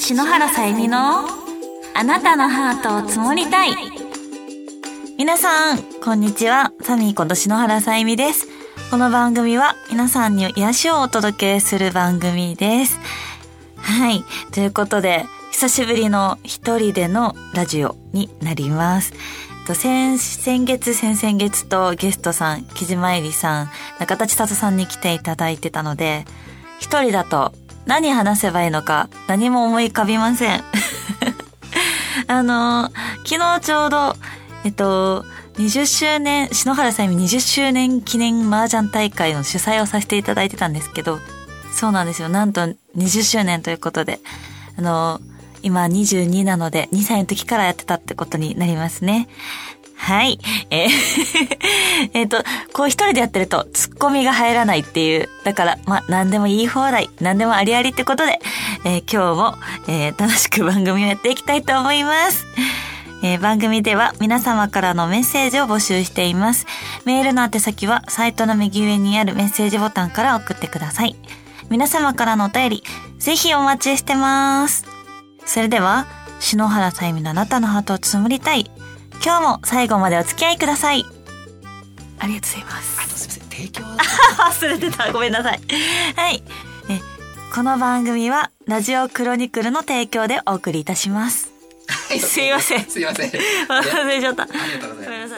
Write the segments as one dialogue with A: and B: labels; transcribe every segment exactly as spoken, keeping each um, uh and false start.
A: 篠原さゆみのあなたのハートを積もりたい。皆さんこんにちは、サミーこと篠原さゆみです。この番組は皆さんに癒しをお届けする番組です。はい、ということで久しぶりの一人でのラジオになります。先, 先月先々月とゲストさん、木島えりさん、中田千里さんに来ていただいてたので、一人だと何話せばいいのか何も思い浮かびませんあの昨日ちょうどえっとにじゅっしゅうねん、篠原さゆみにじゅっしゅうねん記念麻雀大会の主催をさせていただいてたんですけど、そうなんですよ、なんとにじゅっしゅうねんということで、あの今にじゅうになのでにさいの時からやってたってことになりますね。はい。えー、えっと、こう一人でやってるとツッコミが入らないっていう。だから、まあ、何でも言い放題、何でもありありってことで、えー、今日も、えー、楽しく番組をやっていきたいと思います。えー、番組では皆様からのメッセージを募集しています。メールの宛先はサイトの右上にあるメッセージボタンから送ってください。皆様からのお便り、ぜひお待ちしてます。それでは、篠原さゆみのあなたのハートをつむりたい。今日も最後までお付き合いください。ありがとうございます。
B: あとすみません、提供
A: 忘れてた、ごめんなさい。はい。え、この番組はラジオクロニクルの提供でお送りいたします。
B: はい、
A: すいません。
B: すいません。
A: 忘れちゃった。
B: ありがとうございます。
A: ごめんなさい。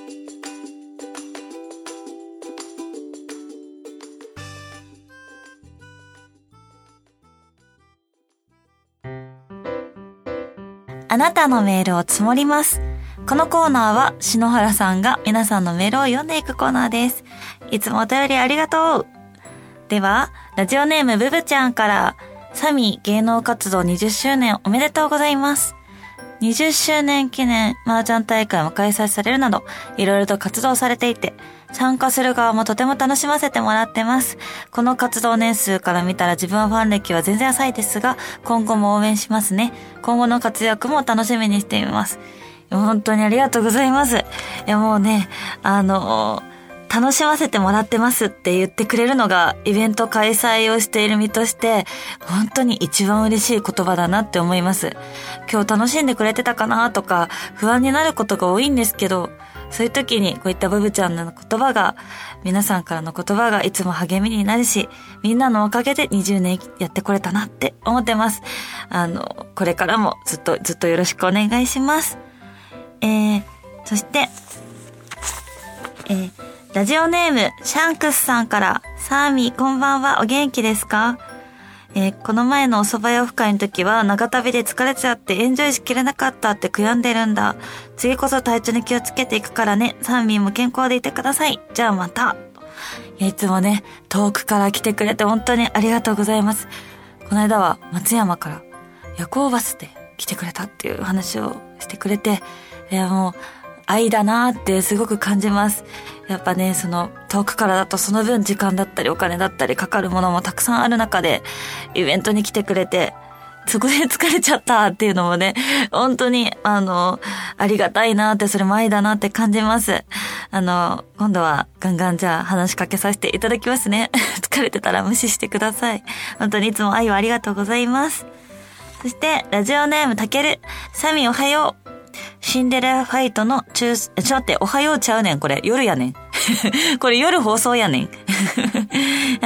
A: あなたのメールを積もります。このコーナーは篠原さんが皆さんのメールを読んでいくコーナーです。いつもお便りありがとう。では、ラジオネームブブちゃんから、サミ芸能活動にじゅっしゅうねんおめでとうございます。にじゅっしゅうねん記念麻雀大会も開催されるなど、いろいろと活動されていて、参加する側もとても楽しませてもらってます。この活動年数から見たら自分はファン歴は全然浅いですが、今後も応援しますね。今後の活躍も楽しみにしています。本当にありがとうございます。いやもうね、あの、楽しませてもらってますって言ってくれるのがイベント開催をしている身として本当に一番嬉しい言葉だなって思います。今日楽しんでくれてたかなとか不安になることが多いんですけど、そういう時にこういったブブちゃんの言葉が、皆さんからの言葉がいつも励みになるし、みんなのおかげでにじゅうねんやってこれたなって思ってます。あの、これからもずっとずっとよろしくお願いします。えー、そして、えー、ラジオネームシャンクスさんから、サーミーこんばんは、お元気ですか？えー、この前のお蕎麦屋オフ会の時は長旅で疲れちゃってエンジョイしきれなかったって悔やんでるんだ。次こそ体調に気をつけていくからね。サーミーも健康でいてください。じゃあまた。いや、いつもね、遠くから来てくれて本当にありがとうございます。この間は松山から夜行バスで来てくれたっていう話をしてくれて、いやもう愛だなーってすごく感じます。やっぱね、その遠くからだとその分時間だったりお金だったりかかるものもたくさんある中でイベントに来てくれて、そこで疲れちゃったっていうのもね、本当にあのありがたいなーって、それも愛だなって感じます。あの今度はガンガンじゃあ話しかけさせていただきますね。疲れてたら無視してください。本当にいつも愛をありがとうございます。そしてラジオネームたける、サミおはよう。シンデレラファイトの中、ちょっと待って、おはようちゃうねん。これ夜やねん。これ夜放送やねん。はい。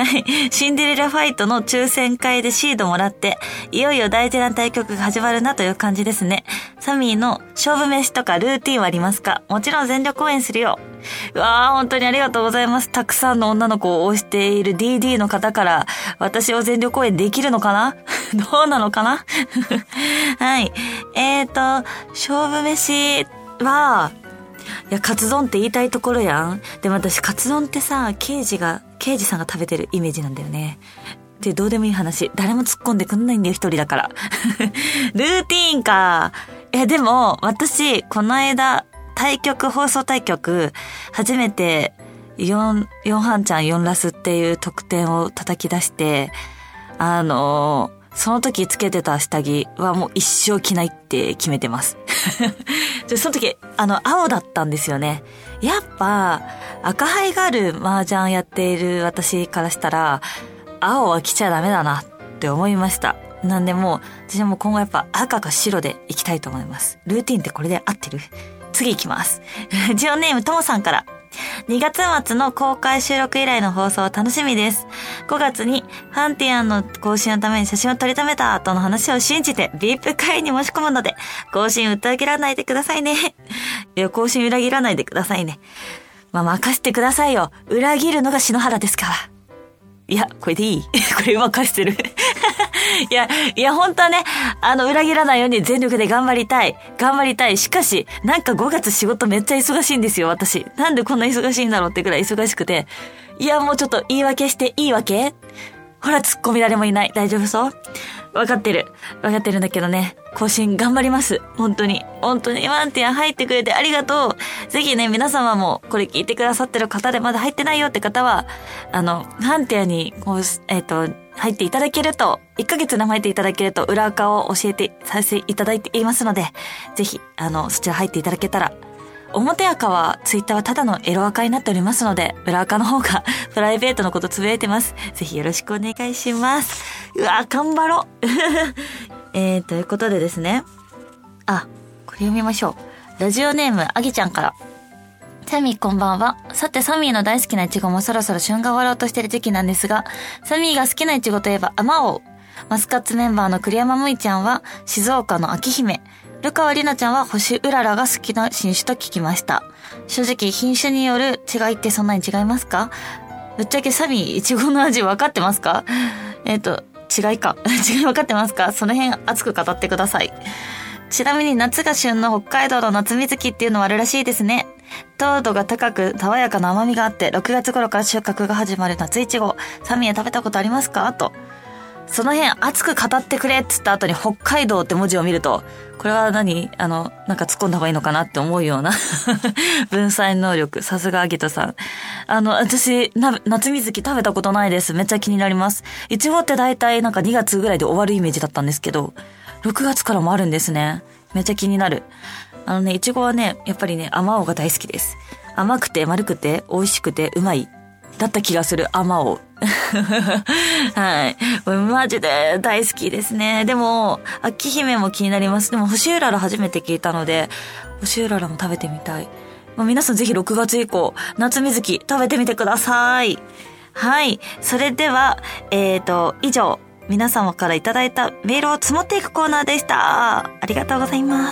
A: シンデレラファイトの抽選会でシードもらって、いよいよ大事な対局が始まるなという感じですね。サミーの勝負飯とかルーティンはありますか？もちろん全力応援するよ。うわー、本当にありがとうございます。たくさんの女の子を推している ディーディー の方から私を全力応援できるのかな？どうなのかな？はい。えーと、勝負飯は、いや、カツ丼って言いたいところやん。でも私、カツ丼ってさ、刑事が、刑事さんが食べてるイメージなんだよね。で、どうでもいい話。誰も突っ込んでくんないんだよ、一人だから。ルーティーンか。いや、でも、私、この間、対局、放送対局、初めて、4、4半ちゃんよんラスっていう得点を叩き出して、あのー、その時つけてた下着はもう一生着ないって決めてます。でその時、あの、青だったんですよね。やっぱ、赤牌がある麻雀やっている私からしたら、青は着ちゃダメだなって思いました。 なんでもう、私はもう今後やっぱ赤か白でいきたいと思います。ルーティンってこれで合ってる？次行きます。ジオネームともさんから。にがつ末の公開収録以来の放送楽しみです。ごがつにハンティアンの更新のために写真を撮りためたとの話を信じて ブイアイピー 会に申し込むので、更新裏切らないでくださいね。いや、更新裏切らないでくださいね。まあ、任せてくださいよ。裏切るのが篠原ですから。いや、これでいい？これうまく返してる。いや、いや、本当はね、あの、裏切らないように全力で頑張りたい。頑張りたい。しかし、なんかごがつ仕事めっちゃ忙しいんですよ、私。なんでこんな忙しいんだろうってくらい忙しくて。いや、もうちょっと言い訳していいわけ？ほら、突っ込み誰もいない。大丈夫そう？わかってる。わかってるんだけどね。更新頑張ります。本当に。本当に。ワンティア入ってくれてありがとう。ぜひね、皆様もこれ聞いてくださってる方でまだ入ってないよって方は、あの、ハンティアに、こう、えっと、入っていただけると、いっかげつでも入っていただけると、裏垢を教えてさせていただいていますので、ぜひ、あの、そちら入っていただけたら、表垢は、ツイッターはただのエロ垢になっておりますので、裏垢の方がプライベートのことつぶやいてます。ぜひよろしくお願いします。うわー、頑張ろう。えー、ということでですね。あ、これ読みましょう。ラジオネーム、あぎちゃんから。サミーこんばんは。さてサミーの大好きなイチゴもそろそろ旬が終わろうとしている時期なんですが、サミーが好きなイチゴといえばアマオウ。マスカッツメンバーの栗山むいちゃんは静岡の秋姫。ルカワリナちゃんは星うららが好きな新種と聞きました。正直品種による違いってそんなに違いますか？ぶっちゃけサミーイチゴの味分かってますか？えっと、違いか。違い分かってますか？その辺熱く語ってください。ちなみに夏が旬の北海道の夏水木っていうのはあるらしいですね。糖度が高く爽やかな甘みがあってろくがつ頃から収穫が始まる夏いちご。サミーは食べたことありますか？と。その辺熱く語ってくれっつった後に北海道って文字を見ると、これは何あの、なんか突っ込んだ方がいいのかなって思うような文才能力。さすがアギトさん。あの、私、な、夏水木食べたことないです。めっちゃ気になります。いちごって大体なんかにがつぐらいで終わるイメージだったんですけど、ろくがつからもあるんですね。めっちゃ気になる。あのね、いちごはね、やっぱりね、あまおうが大好きです。甘くて丸くて美味しくてうまい。だった気がする、あまおう。はい。マジで大好きですね。でも、秋姫も気になります。でも、星うらら初めて聞いたので、星うららも食べてみたい。まあ、皆さんぜひろくがつ以降、夏水木食べてみてください。はい。それでは、えーと、以上、皆様からいただいたメールを積もっていくコーナーでした。ありがとうございます。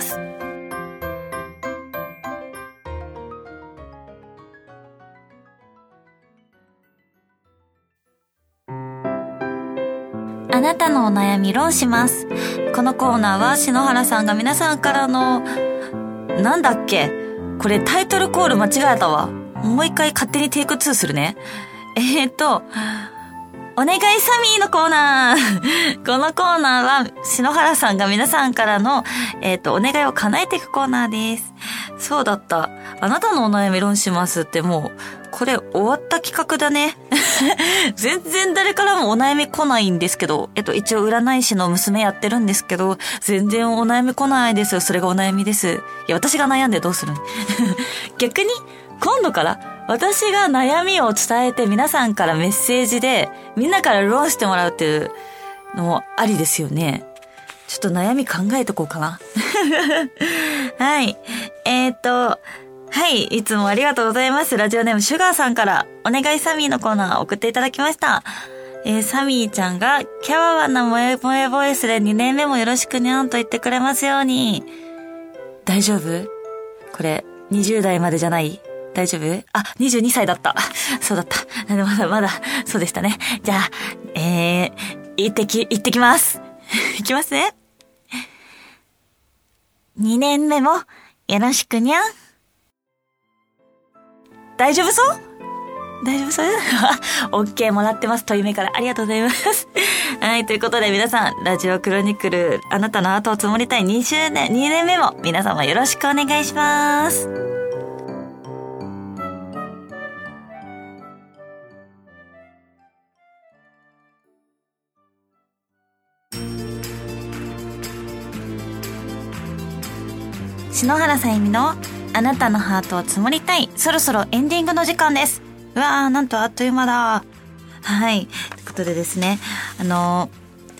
A: あなたのお悩み論します。このコーナーは篠原さんが皆さんからの、なんだっけこれタイトルコール間違えたわ。もう一回勝手にテイクツーするね。えーっと、お願いサミーのコーナー。このコーナーは篠原さんが皆さんからの、えーっと、お願いを叶えていくコーナーです。そうだった。あなたのお悩み論しますってもう、これ終わった企画だね。全然誰からもお悩み来ないんですけど、えっと一応占い師の娘やってるんですけど、全然お悩み来ないですよ。それがお悩みです。いや、私が悩んでどうするん逆に、今度から私が悩みを伝えて皆さんからメッセージで、みんなから論してもらうっていうのもありですよね。ちょっと悩み考えとこうかな。はい。えーっと、はい。いつもありがとうございます。ラジオネームシュガーさんから、お願いサミーのコーナー送っていただきました。えー、サミーちゃんが、キャワワな萌え萌えボイスでにねんめもよろしくにゃんと言ってくれますように。大丈夫？これ、にじゅう代までじゃない？大丈夫？あ、にじゅうにさいだった。そうだった。まだまだ、そうでしたね。じゃあ、えー、行ってき、行ってきます。行きますね。にねんめも、よろしくにゃん。大丈夫そう？大丈夫そう？オッケーもらってます。問い目からありがとうございます。はい、ということで皆さん、ラジオクロニクル、あなたの後を積もりたいにしゅうねん、にねんめも皆様よろしくお願いします。篠原さゆみのあなたのハートを積もりたい。そろそろエンディングの時間です。うわー、なんとあっという間だ。はい。ということでですね、あの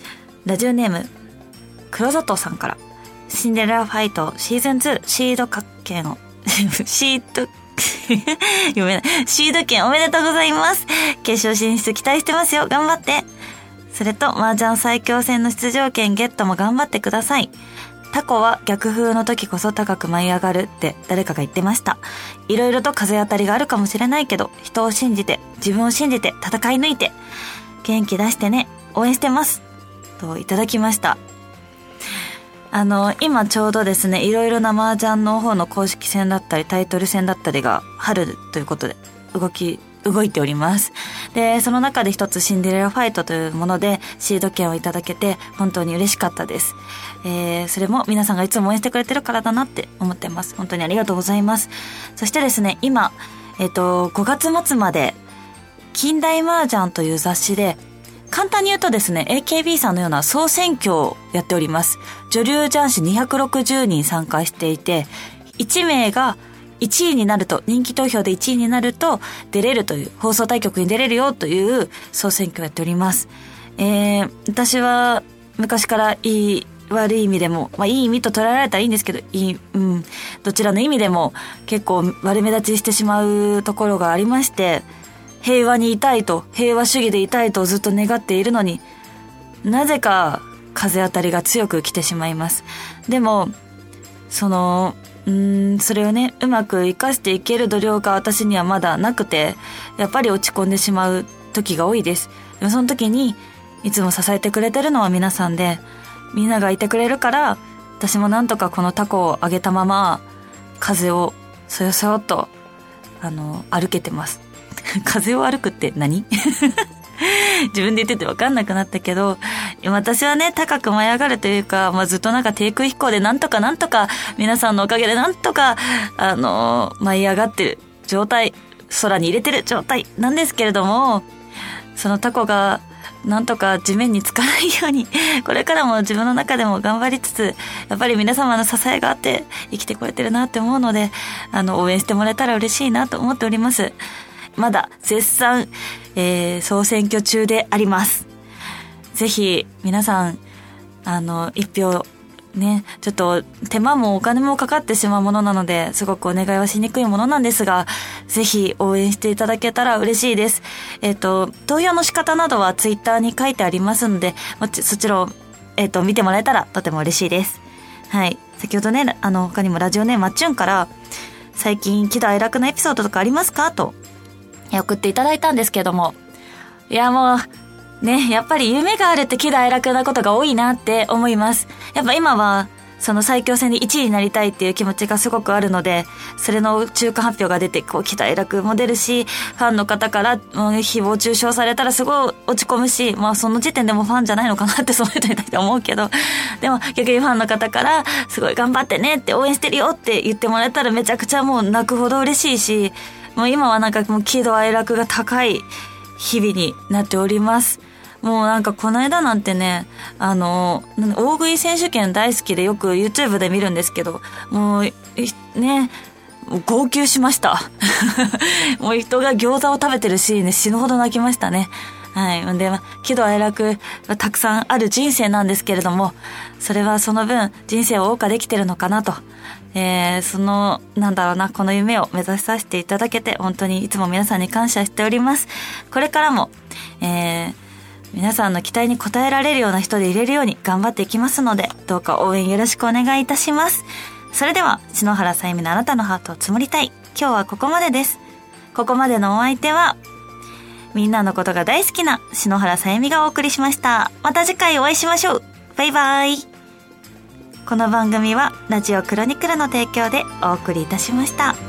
A: ラジオネーム黒砂糖さんから、シンデレラファイトシーズンツーシード券をシード読めないシード券おめでとうございます。決勝進出期待してますよ。頑張って。それと麻雀最強戦の出場権ゲットも頑張ってください。タコは逆風の時こそ高く舞い上がるって誰かが言ってました。いろいろと風当たりがあるかもしれないけど、人を信じて自分を信じて戦い抜いて元気出してね、応援してますといただきました。あの今ちょうどですね、いろいろな麻雀の方の公式戦だったりタイトル戦だったりが春ということで動き動いております。でその中で一つシンデレラファイトというものでシード権をいただけて本当に嬉しかったです。えー、それも皆さんがいつも応援してくれてるからだなって思ってます。本当にありがとうございます。そしてですね、今えっとごがつ末まで近代麻雀という雑誌で、簡単に言うとですね エーケービー さんのような総選挙をやっております。女流雀士にひゃくろくじゅうにん参加していて、いちめいがいちいになると、人気投票でいちいになると出れるという、放送対局に出れるよという総選挙をやっております。えー、私は昔からいい悪い意味でも、まあいい意味と捉えられたらいいんですけど、いい、うん、どちらの意味でも結構悪目立ちしてしまうところがありまして、平和にいたいと、平和主義でいたいとずっと願っているのに、なぜか風当たりが強く来てしまいます。でもそのうーんそれをね、うまく生かしていける度量が私にはまだなくて、やっぱり落ち込んでしまう時が多いです。でもその時にいつも支えてくれてるのは皆さんで、みんながいてくれるから、私もなんとかこのタコを上げたまま風をそよそよっとあの歩けてます。風を歩くって何自分で言ってて分かんなくなったけど、私はね高く舞い上がるというか、まあ、ずっとなんか低空飛行でなんとかなんとか皆さんのおかげでなんとかあの舞い上がってる状態、空に入れてる状態なんですけれども、そのタコがなんとか地面につかないようにこれからも自分の中でも頑張りつつ、やっぱり皆様の支えがあって生きてこれてるなって思うので、あの応援してもらえたら嬉しいなと思っております。まだ絶賛、えー、総選挙中であります。ぜひ皆さんあの一票ね、ちょっと手間もお金もかかってしまうものなので、すごくお願いはしにくいものなんですが、ぜひ応援していただけたら嬉しいです。えっと投票の仕方などはツイッターに書いてありますので、もちそちらをえっと見てもらえたらとても嬉しいです。はい、先ほどね、あの他にもラジオネームまっちゅんから、最近喜怒哀楽のエピソードとかありますかと送っていただいたんですけども、いやもうね、やっぱり夢があるって喜怒哀楽なことが多いなって思います。やっぱ今はその最強戦でいちいになりたいっていう気持ちがすごくあるので、それの中間発表が出てこう喜怒哀楽も出るし、ファンの方から誹謗中傷されたらすごい落ち込むし、まあその時点でもファンじゃないのかなってその人に対して思うけど、でも逆にファンの方からすごい頑張ってねって応援してるよって言ってもらえたらめちゃくちゃもう泣くほど嬉しいし、もう今はなんかもう喜怒哀楽が高い日々になっております。もうなんかこの間なんてね、あの大食い選手権大好きでよく YouTube で見るんですけど、もうね号泣しましたもう人が餃子を食べてるシーンで死ぬほど泣きましたね。はい。で、喜怒哀楽がたくさんある人生なんですけれども、それはその分人生を謳歌できてるのかなと、えー、そのなんだろうな、この夢を目指させていただけて本当にいつも皆さんに感謝しております。これからも、えー、皆さんの期待に応えられるような人でいれるように頑張っていきますので、どうか応援よろしくお願いいたします。それでは篠原さゆみのあなたのハートを積もりたい、今日はここまでです。ここまでのお相手はみんなのことが大好きな篠原さゆみがお送りしました。また次回お会いしましょう。バイバイ。この番組はラジオクロニクルの提供でお送りいたしました。